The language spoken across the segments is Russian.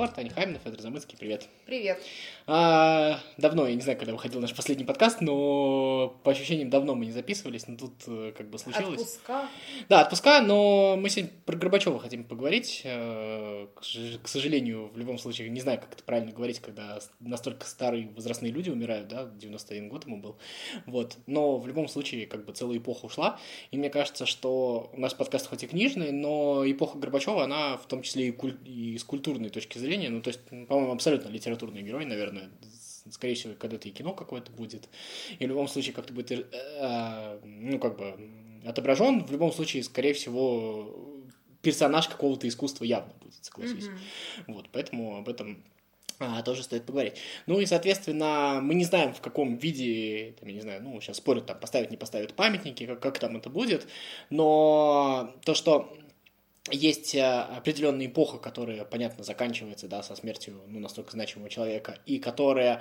Егор, Таня Хаминов, Федор Замыцкий, привет. Привет. Давно, я не знаю, когда выходил наш последний подкаст, но по ощущениям давно мы не записывались, но тут как бы случилось. Отпуска? Да, отпуска, но мы сегодня про Горбачева хотим поговорить. К сожалению, в любом случае, не знаю, как это правильно говорить, когда настолько старые возрастные люди умирают, да, 91 год ему был. Вот. Но в любом случае, как бы целая эпоха ушла, и мне кажется, что у нас подкаст хоть и книжный, но эпоха Горбачева, она в том числе и с культурной точки зрения, ну, то есть, по-моему, абсолютно литературный герой, наверное, скорее всего, когда-то и кино какое-то будет, и в любом случае как-то будет, ну, как бы, отображен, в любом случае, скорее всего, персонаж какого-то искусства явно будет, согласись. Вот, поэтому об этом тоже стоит поговорить. Ну и, соответственно, мы не знаем, в каком виде, там, я не знаю, ну, сейчас спорят, там, поставят, не поставят памятники, как там это будет, но то, что есть определенная эпоха, которая, понятно, заканчивается, да, со смертью, ну, настолько значимого человека, и которая,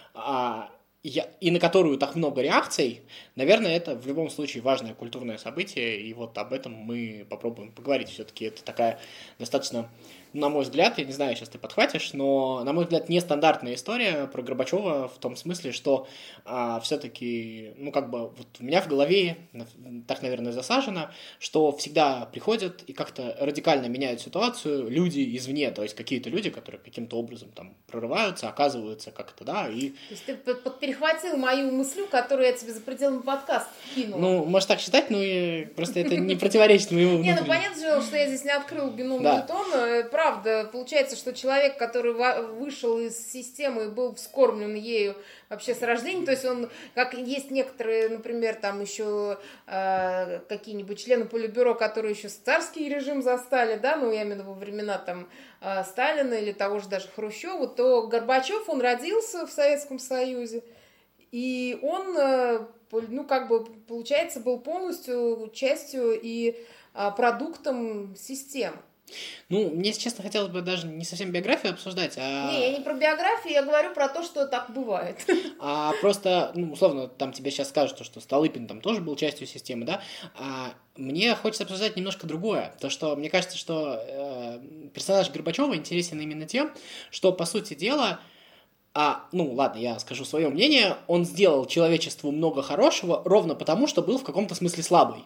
и на которую так много реакций, наверное, это в любом случае важное культурное событие, и вот об этом мы попробуем поговорить. Все-таки это такая достаточно, на мой взгляд, я не знаю, сейчас ты подхватишь, но, на мой взгляд, нестандартная история про Горбачева в том смысле, что все-таки, ну, как бы, вот у меня в голове так, наверное, засажено, что всегда приходят и как-то радикально меняют ситуацию люди извне, то есть какие-то люди, которые каким-то образом там прорываются, оказываются как-то, да, и... То есть ты перехватил мою мысль, которую я тебе за пределами подкаста кинула. Ну, можешь так считать, но просто это не противоречит моему Не, ну понятно же, что я здесь не открыл бином Ньютона. Правда, получается, что человек, который вышел из системы и был вскормлен ею вообще с рождения, то есть он, как есть некоторые, например, там еще какие-нибудь члены Политбюро, которые еще царский режим застали, да, ну, я имею в виду во времена там Сталина или того же даже Хрущева, то Горбачев, он родился в Советском Союзе, и он, ну, как бы, получается, был полностью частью и продуктом системы. Ну, мне, если честно, хотелось бы даже не совсем биографию обсуждать, Не, я не про биографию, я говорю про то, что так бывает. А просто, ну, условно, там тебе сейчас скажут, что Столыпин там тоже был частью системы, да? Мне хочется обсуждать немножко другое. То, что мне кажется, что персонаж Горбачева интересен именно тем, что, по сути дела, ну, ладно, я скажу свое мнение, он сделал человечеству много хорошего ровно потому, что был в каком-то смысле слабый.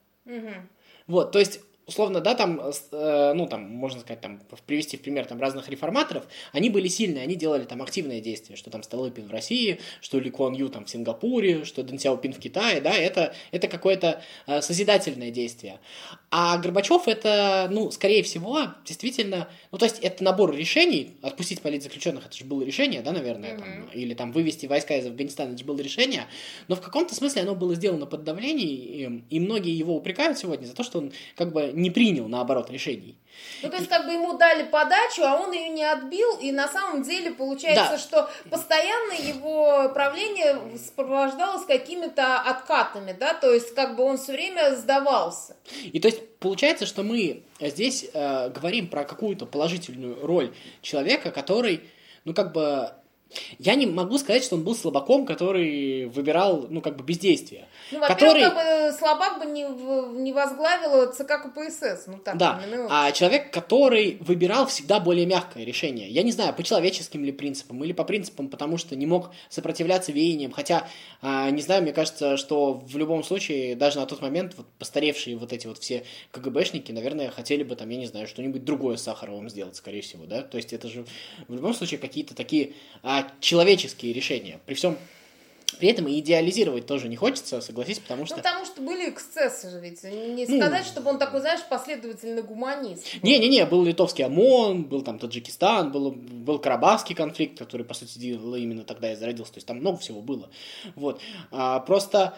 Вот, то есть... Условно, да, там, ну, там, можно сказать, там, привести в пример там разных реформаторов, они были сильные, они делали там активные действия, что там Столыпин в России, что Ли Куан Ю там в Сингапуре, что Дэн Сяопин в Китае, да, это какое-то созидательное действие. А Горбачев это, ну, скорее всего, действительно, ну, то есть это набор решений, отпустить политзаключенных, это же было решение, да, наверное, там, или там вывести войска из Афганистана, это же было решение, но в каком-то смысле оно было сделано под давлением, и многие его упрекают сегодня за то, что он как бы не принял, наоборот, решений. Ну, то есть, как бы ему дали подачу, а он ее не отбил, и на самом деле получается, что постоянно его правление сопровождалось какими-то откатами, да, то есть, как бы он все время сдавался. И то есть, получается, что мы здесь говорим про какую-то положительную роль человека, который, ну, как бы... Я не могу сказать, что он был слабаком, который выбирал, ну, как бы, бездействие. Ну, во-первых, как бы слабак бы не возглавил ЦК КПСС. Ну, так, да, а человек, который выбирал всегда более мягкое решение. Я не знаю, по человеческим ли принципам, или по принципам, потому что не мог сопротивляться веяниям. Хотя, не знаю, мне кажется, что в любом случае, даже на тот момент, вот постаревшие вот эти вот все КГБшники, наверное, хотели бы там, я не знаю, что-нибудь другое с Сахаровым сделать, скорее всего, да? То есть это же в любом случае какие-то такие человеческие решения. При этом и идеализировать тоже не хочется, согласись, потому что... Ну, потому что были эксцессы же ведь. Не сказать, чтобы он такой, знаешь, последовательный гуманист. Не-не-не, был литовский ОМОН, был там Таджикистан, был Карабахский конфликт, который, по сути дела, именно тогда и зародился. То есть там много всего было. Вот. Просто,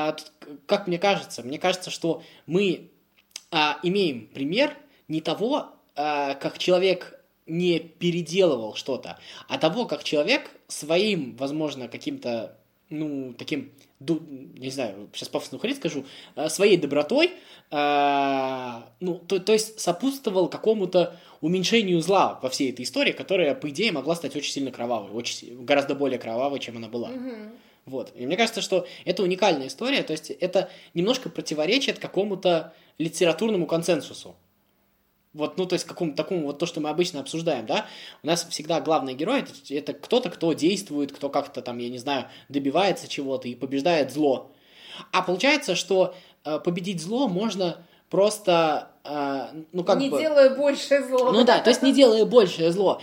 как мне кажется, что мы имеем пример не того, как человек не переделывал что-то, а того, как человек своим, возможно, каким-то, ну, таким, не знаю, сейчас пафосно хрень скажу, своей добротой, ну, то есть сопутствовал какому-то уменьшению зла во всей этой истории, которая, по идее, могла стать очень сильно кровавой, гораздо более кровавой, чем она была. Вот. И мне кажется, что это уникальная история, то есть это немножко противоречит какому-то литературному консенсусу. Вот, ну, то есть, какому-то такому, вот то, что мы обычно обсуждаем, да, у нас всегда главный герой это кто-то, кто действует, кто как-то там, я не знаю, добивается чего-то и побеждает зло. А получается, что победить зло можно просто, ну, как не бы... Не делая большее зло. Ну да, то есть не делая большее зло,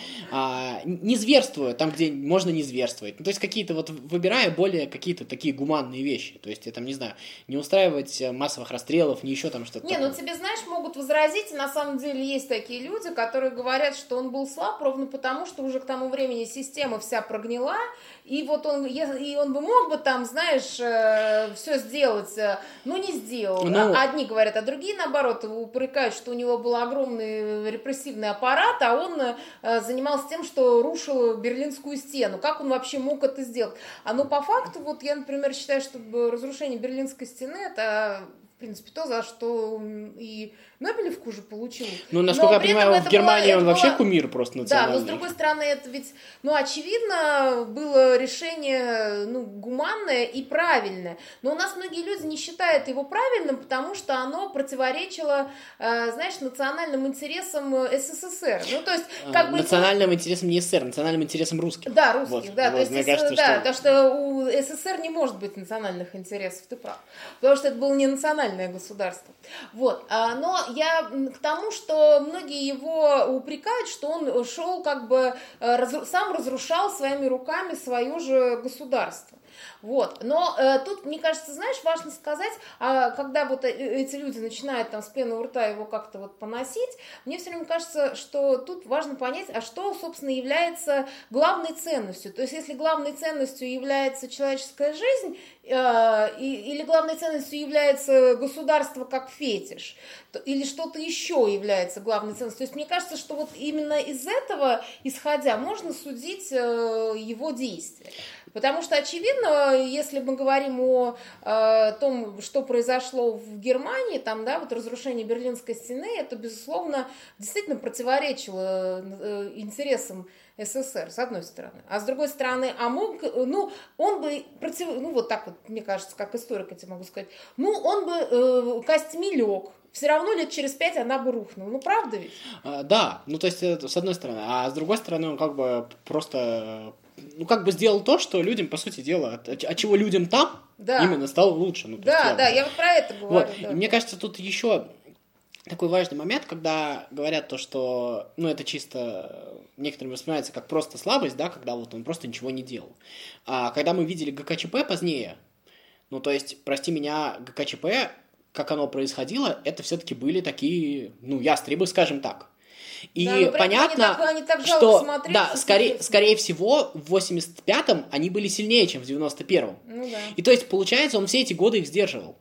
не зверствуя там, где можно не зверствовать. Ну, то есть какие-то вот, выбирая более какие-то такие гуманные вещи. То есть, я там, не знаю, не устраивать массовых расстрелов, не еще там что-то Не, такое. ну тебе, знаешь, могут возразить, на самом деле есть такие люди, которые говорят, что он был слаб ровно потому, что уже к тому времени система вся прогнила, и вот он бы мог бы там, знаешь, все сделать, но не сделал. Ну, одни говорят, а другие, наоборот, упрекают, что у него был огромный репрессивный аппарат, а он занимался тем, что рушил Берлинскую стену. Как он вообще мог это сделать? Но по факту, вот я, например, считаю, что разрушение Берлинской стены, это, в принципе, то, за что и Нобелевку уже получил. Ну, насколько я понимаю, в Германии он вообще кумир просто национальный. Да, но с другой стороны, это ведь, очевидно, было решение, гуманное и правильное. Но у нас многие люди не считают его правильным, потому что оно противоречило, знаешь, национальным интересам СССР. Ну, то есть, как бы... Национальным интересам не СССР, национальным интересам русских. Да, русских, вот, да. Вот, то есть, мне кажется, да, потому что у СССР не может быть национальных интересов, ты прав. Потому что это было не национальное государство. Вот. Но я к тому, что многие его упрекают, что он шел как бы, сам разрушал своими руками свое же государство. Вот. Но тут, мне кажется, знаешь, важно сказать, когда вот эти люди начинают там с пены у рта его как-то вот поносить, мне все время кажется, что тут важно понять, а что, собственно, является главной ценностью. То есть, если главной ценностью является человеческая жизнь, или главной ценностью является государство как фетиш, или что-то еще является главной ценностью. То есть, мне кажется, что вот именно из этого, исходя, можно судить его действия. Потому что, очевидно, если мы говорим о том, что произошло в Германии, там, да, вот разрушение Берлинской стены, это, безусловно, действительно противоречило интересам СССР, с одной стороны. А с другой стороны, он бы, вот так вот, мне кажется, как историк я тебе могу сказать, он бы костьми лег. Все равно лет через 5 она бы рухнула. Ну, правда ведь? Да, то есть, с одной стороны. А с другой стороны, он как бы просто... как бы сделал то, что людям, по сути дела, от чего людям там именно стало лучше. Я вот про это говорю. Вот. Да. И мне кажется, тут еще такой важный момент, когда говорят то, что, это чисто некоторым воспринимается как просто слабость, да, когда вот он просто ничего не делал. А когда мы видели ГКЧП позднее, то есть, прости меня, ГКЧП, как оно происходило, это все-таки были такие, ястребы, скажем так. И понятно, что скорее всего, в 85-м они были сильнее, чем в 91-м. Да. И то есть, получается, он все эти годы их сдерживал.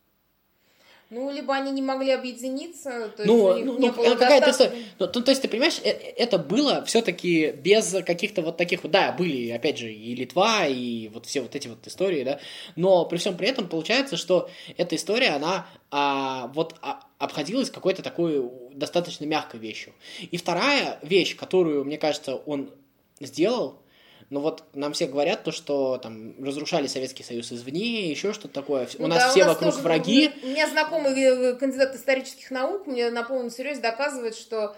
Либо они не могли объединиться, то есть у них не было какая-то история. То есть, ты понимаешь, это было все-таки без каких-то вот таких вот, да, были, опять же, и Литва, и вот все вот эти вот истории, да, но при всем при этом получается, что эта история, она обходилась какой-то такой достаточно мягкой вещью. И вторая вещь, которую, мне кажется, он сделал, нам все говорят то, что там разрушали Советский Союз извне, еще что-то такое. У нас все вокруг враги. У меня знакомый кандидат исторических наук мне на полном серьезе доказывает, что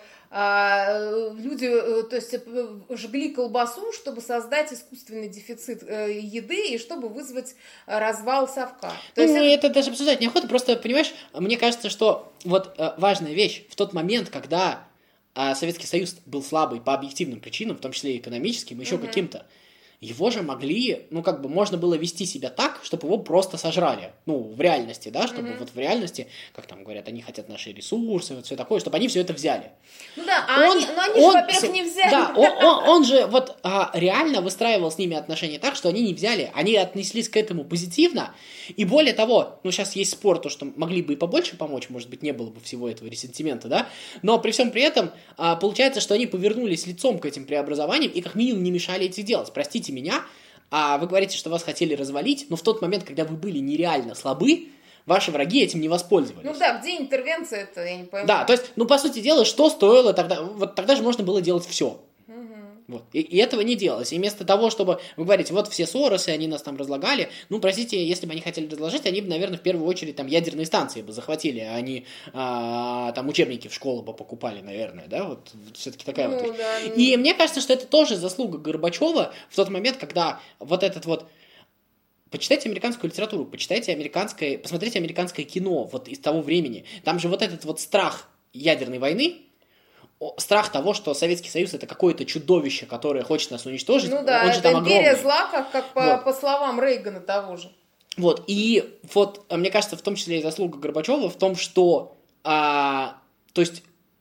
люди, то есть, жгли колбасу, чтобы создать искусственный дефицит еды и чтобы вызвать развал совка. Это даже обсуждать неохота, просто, понимаешь, мне кажется, что вот важная вещь, в тот момент, когда Советский Союз был слабый по объективным причинам, в том числе и экономическим, еще каким-то, его же могли, можно было вести себя так, чтобы его просто сожрали. В реальности, да, чтобы вот в реальности, как там говорят, они хотят наши ресурсы, вот все такое, чтобы они все это взяли. Они же, во-первых, не взяли. Да, он же реально выстраивал с ними отношения так, что они не взяли, они отнеслись к этому позитивно, и более того, сейчас есть спор, то, что могли бы и побольше помочь, может быть, не было бы всего этого ресентимента, да, но при всем при этом получается, что они повернулись лицом к этим преобразованиям и как минимум не мешали эти делать. Простите меня, вы говорите, что вас хотели развалить, но в тот момент, когда вы были нереально слабы, ваши враги этим не воспользовались. Где интервенция, это я не пойму. Да, то есть, по сути дела, что стоило тогда, вот тогда же можно было делать все. Вот. И этого не делалось. И вместо того, чтобы вы говорите, вот все Соросы, они нас там разлагали, ну, простите, если бы они хотели разложить, они бы, наверное, в первую очередь там ядерные станции бы захватили, а они там учебники в школу бы покупали, наверное, да, вот все-таки такая вот. Да. И мне кажется, что это тоже заслуга Горбачева в тот момент, когда вот этот вот почитайте американскую литературу, посмотрите американское кино вот из того времени. Там же вот этот вот страх ядерной войны, страх того, что Советский Союз это какое-то чудовище, которое хочет нас уничтожить. Ну да, он же это там империя огромный. зла, как по словам Рейгана того же. Вот, и вот, мне кажется, в том числе и заслуга Горбачева в том, что, то есть,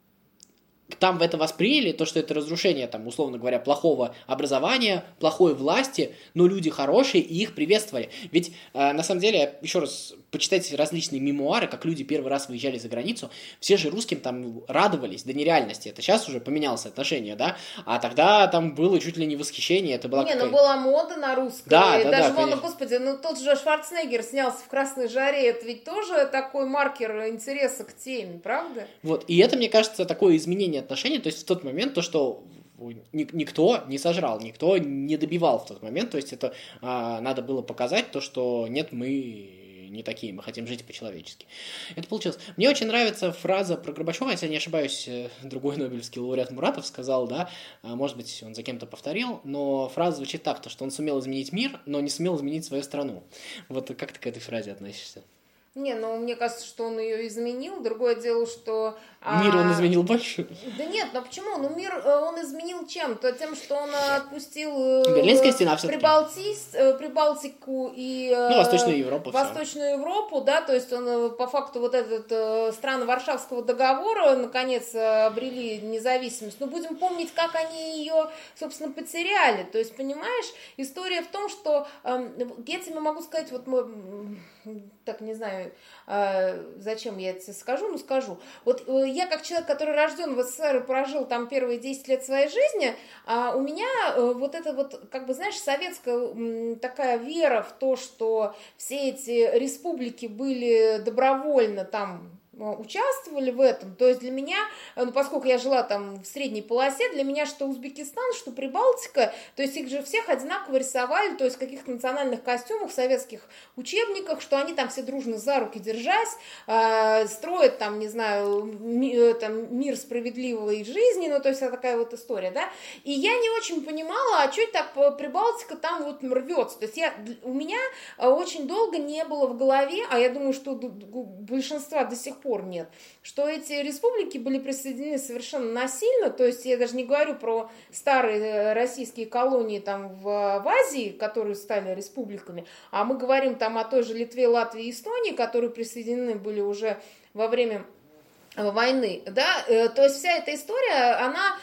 там это восприняли, то, что это разрушение, там, условно говоря, плохого образования, плохой власти, но люди хорошие, и их приветствовали. Ведь, на самом деле, еще раз, почитайте различные мемуары, как люди первый раз выезжали за границу, все же русским там радовались до нереальности. Это сейчас уже поменялось отношение, да? А тогда там было чуть ли не восхищение, это была ну была мода на русское. Да, даже конечно. Господи, тот же Шварценеггер снялся в «Красной жаре», это ведь тоже такой маркер интереса к теме, правда? Вот, и это, мне кажется, такое изменение отношений, то есть в тот момент то, что никто не сожрал, никто не добивал в тот момент, то есть это надо было показать то, что нет, мы не такие, мы хотим жить по-человечески. Это получилось. Мне очень нравится фраза про Горбачева, если я не ошибаюсь, другой нобелевский лауреат Муратов сказал, да, может быть, он за кем-то повторил, но фраза звучит так, то, что он сумел изменить мир, но не сумел изменить свою страну. Вот как ты к этой фразе относишься? Не, мне кажется, что он ее изменил. Другое дело, что... Мир он изменил больше? Да нет, почему? Мир он изменил чем? Тем, что он отпустил Берлинская стена все-таки. Прибалтику и Восточную Европу. Восточную Европу, да, то есть он по факту вот этот страны Варшавского договора наконец обрели независимость. Но будем помнить, как они ее, собственно, потеряли. То есть, понимаешь, история в том, что я тебе могу сказать, вот мы, так не знаю, зачем я это скажу, но скажу. Вот я как человек, который рожден в СССР и прожил там первые 10 лет своей жизни, у меня вот это вот, как бы, знаешь, советская такая вера в то, что все эти республики были добровольно там участвовали в этом, то есть для меня, поскольку я жила там в средней полосе, для меня что Узбекистан, что Прибалтика, то есть их же всех одинаково рисовали, то есть в каких-то национальных костюмах, советских учебниках, что они там все дружно за руки держась, строят там, не знаю, мир справедливой жизни, то есть это такая вот история, да, и я не очень понимала, а что это так Прибалтика там вот рвется, то есть у меня очень долго не было в голове, а я думаю, что у большинства до сих пор нет, что эти республики были присоединены совершенно насильно, то есть я даже не говорю про старые российские колонии там в Азии, которые стали республиками, а мы говорим там о той же Литве, Латвии и Эстонии, которые присоединены были уже во время войны, да, то есть вся эта история, она,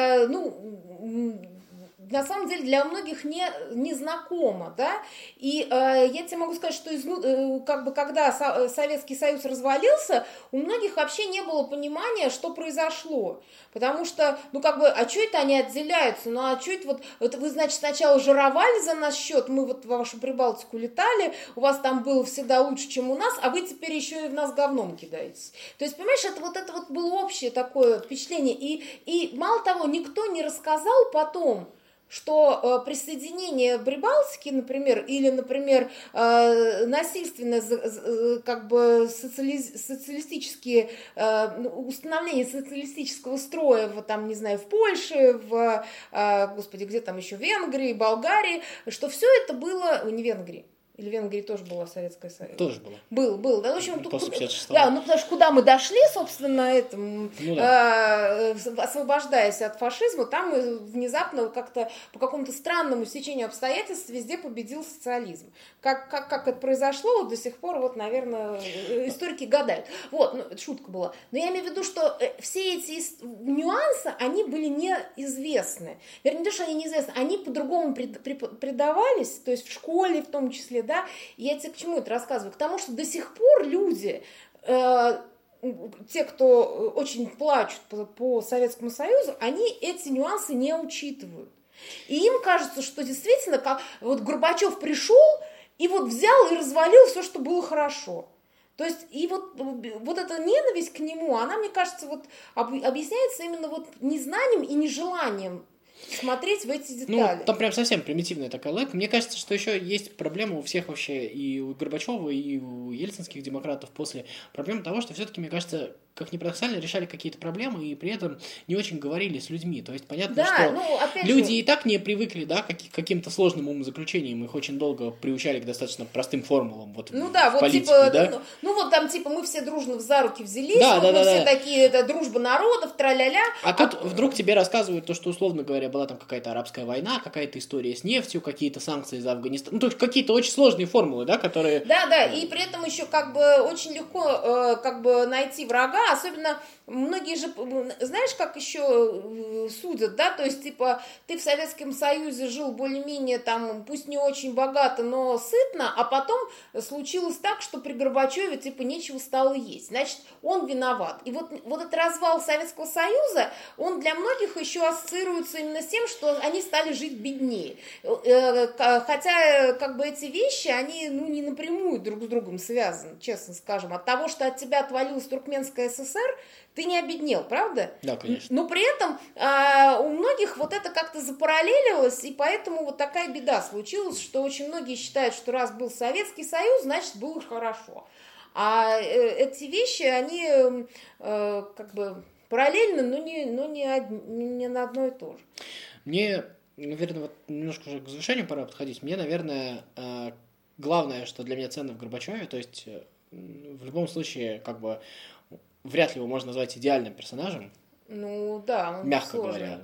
на самом деле для многих не знакома, да, и я тебе могу сказать, что когда Советский Союз развалился, у многих вообще не было понимания, что произошло, потому что, а что это они отделяются, а что это вот вы, значит, сначала жировали за наш счет, мы вот в вашу Прибалтику летали, у вас там было всегда лучше, чем у нас, а вы теперь еще и в нас говном кидаетесь, то есть, понимаешь, это вот было общее такое впечатление, и мало того, никто не рассказал потом, что присоединение Прибалтики, например, или, например, насильственное как бы социалистические установление социалистического строя в, там, не знаю, в Польше, господи, где там еще, Венгрии, Болгарии, что все это было, не Венгрии. Или в Венгрии тоже была Советская Союз? Тоже было. Был. Да, в общем, после 56-го. Да, потому что куда мы дошли, собственно, освобождаясь от фашизма, там внезапно как-то по какому-то странному стечению обстоятельств везде победил социализм. Как это произошло, до сих пор, наверное, историки гадают. Это шутка была. Но я имею в виду, что все эти нюансы, они были неизвестны. Вернее, не то, что они неизвестны, они по-другому преподавались, то есть в школе в том числе, да, и я тебе к чему это рассказываю? К тому, что до сих пор люди, те, кто очень плачут по Советскому Союзу, они эти нюансы не учитывают. И им кажется, что действительно, Горбачев пришел и взял и развалил все, что было хорошо. То есть, и вот эта ненависть к нему, она, мне кажется, объясняется именно незнанием и нежеланием смотреть в эти детали. Ну, там прям совсем примитивная такая логика. Мне кажется, что еще есть проблема у всех вообще, и у Горбачева, и у ельцинских демократов после. Проблема того, что все-таки, мне кажется, как ни парадоксально, решали какие-то проблемы и при этом не очень говорили с людьми. То есть понятно, что люди и так не привыкли, да, к каким-то сложным умозаключениям, их очень долго приучали к достаточно простым формулам. Вот, ну да, в вот политике, типа, да? ну вот там типа мы все дружно за руки взялись, да, вот да, мы да, все да. такие, это дружба народов, тра-ля-ля. А тут вдруг тебе рассказывают то, что, условно говоря, была там какая-то арабская война, какая-то история с нефтью, какие-то санкции за Афганистан. Ну, то есть какие-то очень сложные формулы, да, которые... Да, и при этом еще как бы очень легко как бы найти врага, особенно многие же, знаешь, как еще судят, да, то есть, типа, ты в Советском Союзе жил более-менее там, пусть не очень богато, но сытно, а потом случилось так, что при Горбачеве, типа, нечего стало есть, значит, он виноват. И вот этот развал Советского Союза, он для многих еще ассоциируется именно с тем, что они стали жить беднее. Хотя, как бы, эти вещи, они, ну, не напрямую друг с другом связаны, честно скажем. От того, что от тебя отвалилась Туркменская ССР, ты не обеднел, правда? Да, конечно. Но при этом у многих вот это как-то запараллелилось, и поэтому вот такая беда случилась, что очень многие считают, что раз был Советский Союз, значит, было хорошо. А эти вещи, они как бы параллельно, но не на одно и то же. Мне, наверное, вот немножко уже к завершению пора подходить. Мне, наверное, главное, что для меня ценно в Горбачеве, то есть в любом случае, как бы, вряд ли его можно назвать идеальным персонажем. Ну да, он мягко говоря.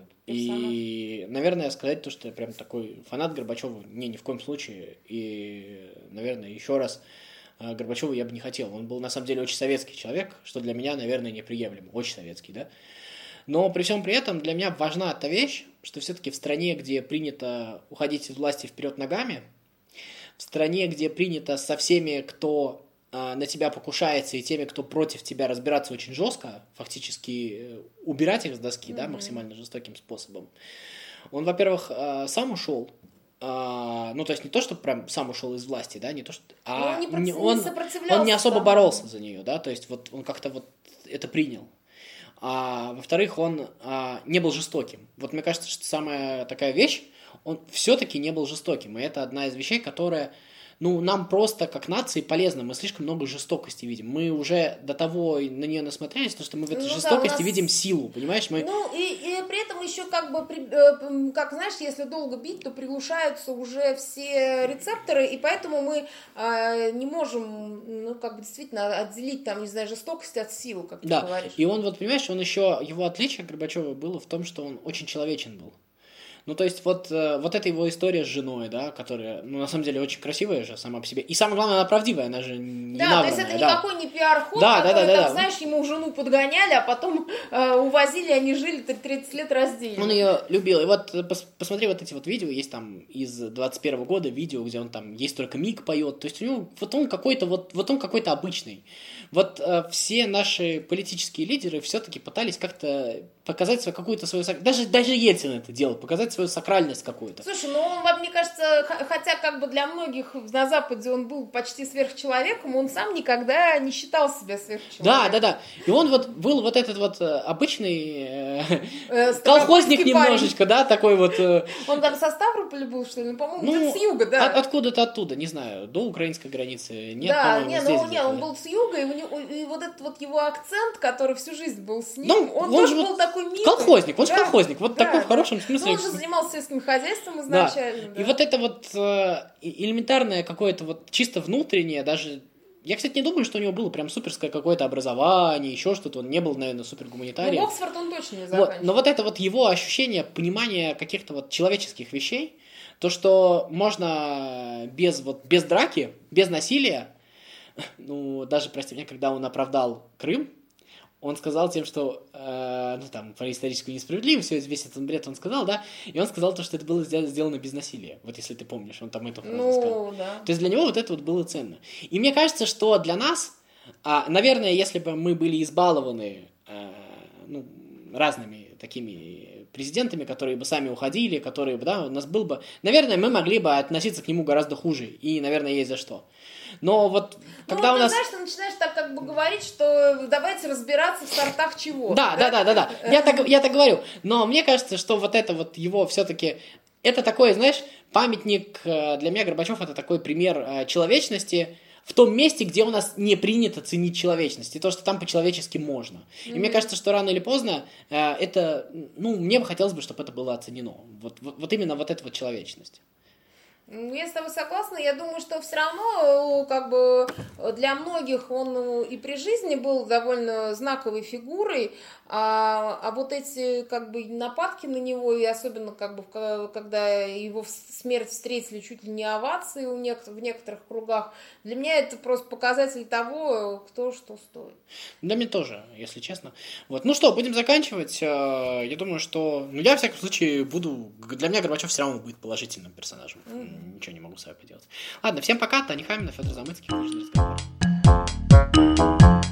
И, наверное, сказать то, что я прям такой фанат Горбачева, ни в коем случае. И, наверное, еще раз, Горбачева я бы не хотел. Он был, на самом деле, очень советский человек, что для меня, наверное, неприемлемо. Очень советский, да? Но при всем при этом для меня важна та вещь, что все-таки в стране, где принято уходить из власти вперед ногами, в стране, где принято со всеми, кто на тебя покушается, и теми, кто против тебя, разбираться очень жестко, фактически убирать их с доски, да, максимально жестоким способом. Он, во-первых, сам ушел, ну, то есть не то, что прям сам ушел из власти, да, не то, что... он не особо боролся за нее, да, то есть вот он как-то вот это принял. Во-вторых, он не был жестоким. Вот мне кажется, что самая такая вещь, он все-таки не был жестоким, и это одна из вещей, которая... Ну, нам просто, как нации, полезно. Мы слишком много жестокости видим. Мы уже до того на нее насмотрелись, потому что мы в этой жестокости видим силу, понимаешь? Ну, и при этом еще как бы, как знаешь, если долго бить, то приглушаются уже все рецепторы, и поэтому мы не можем, ну, как бы действительно отделить, там, не знаю, жестокость от силы, как ты говоришь. И он, вот, понимаешь, он еще, его отличие Горбачева было в том, что он очень человечен был. Ну, то есть, вот эта его история с женой, да, которая, ну, на самом деле, очень красивая же сама по себе. И самое главное, она правдивая, она же не набранная. Да, то есть это никакой не пиар-ход, который, знаешь, ему жену подгоняли, а потом увозили, они жили 30 лет раздельно. Он ее любил. И вот посмотри вот эти вот видео, есть там из 21 года видео, где он там, есть только Мик поет. То есть у него, вот он какой-то обычный. Вот все наши политические лидеры все-таки пытались как-то показать свою какую-то свою... Даже Ельцин это делал, показать свою сакральность какую-то. Слушай, ну он, мне кажется, хотя как бы для многих на Западе он был почти сверхчеловеком, он сам никогда не считал себя сверхчеловеком. Да. И он вот был вот этот вот обычный колхозник немножечко, да, такой вот... Он там со Ставрополя был, что ли? По-моему, где-то с юга, да. Откуда-то оттуда, не знаю, до украинской границы. Нет, да, он был с юга, и вот этот вот его акцент, который всю жизнь был с ним, он тоже был такой милый. Колхозник, он же колхозник, вот такой в хорошем смысле. Ну, он же занимался сельским хозяйством изначально. Да. И вот это вот элементарное какое-то вот чисто внутреннее, даже... Я, кстати, не думаю, что у него было прям суперское какое-то образование, еще что-то, он не был, наверное, супергуманитарием. Ну, Оксфорд он точно не заканчивал. Но вот это вот его ощущение, понимание каких-то вот человеческих вещей, то, что можно без драки, без насилия, ну, даже, прости меня, когда он оправдал Крым, он сказал тем, что, там, про историческую несправедливость, весь этот бред он сказал, да, и он сказал то, что это было сделано без насилия, вот если ты помнишь, он там эту фразу сказал. Да. То есть для него вот это вот было ценно. И мне кажется, что для нас, наверное, если бы мы были избалованы, разными такими президентами, которые бы сами уходили, которые бы, да, у нас был бы... Наверное, мы могли бы относиться к нему гораздо хуже, и, наверное, есть за что. Но вот, когда у нас... знаешь, ты начинаешь так как бы говорить, что давайте разбираться в сортах чего. Да. Я так говорю. Но мне кажется, что вот это вот его все-таки... Это такой, знаешь, памятник... Для меня Горбачев это такой пример человечности в том месте, где у нас не принято ценить человечность. И то, что там по-человечески можно. И мне кажется, что рано или поздно это... мне бы хотелось бы, чтобы это было оценено. Вот именно вот эта вот человечность. Я с тобой согласна. Я думаю, что все равно, как бы, для многих он и при жизни был довольно знаковой фигурой, а вот эти, как бы, нападки на него, и особенно, как бы, когда его смерть встретили чуть ли не овации в некоторых кругах, для меня это просто показатель того, кто что стоит. Для меня тоже, если честно. Вот. Ну что, будем заканчивать. Я думаю, что... я, во всяком случае, Для меня Горбачев все равно будет положительным персонажем. Ничего не могу с собой поделать. Ладно, всем пока. Таня Хамина, Федор Замыцкий.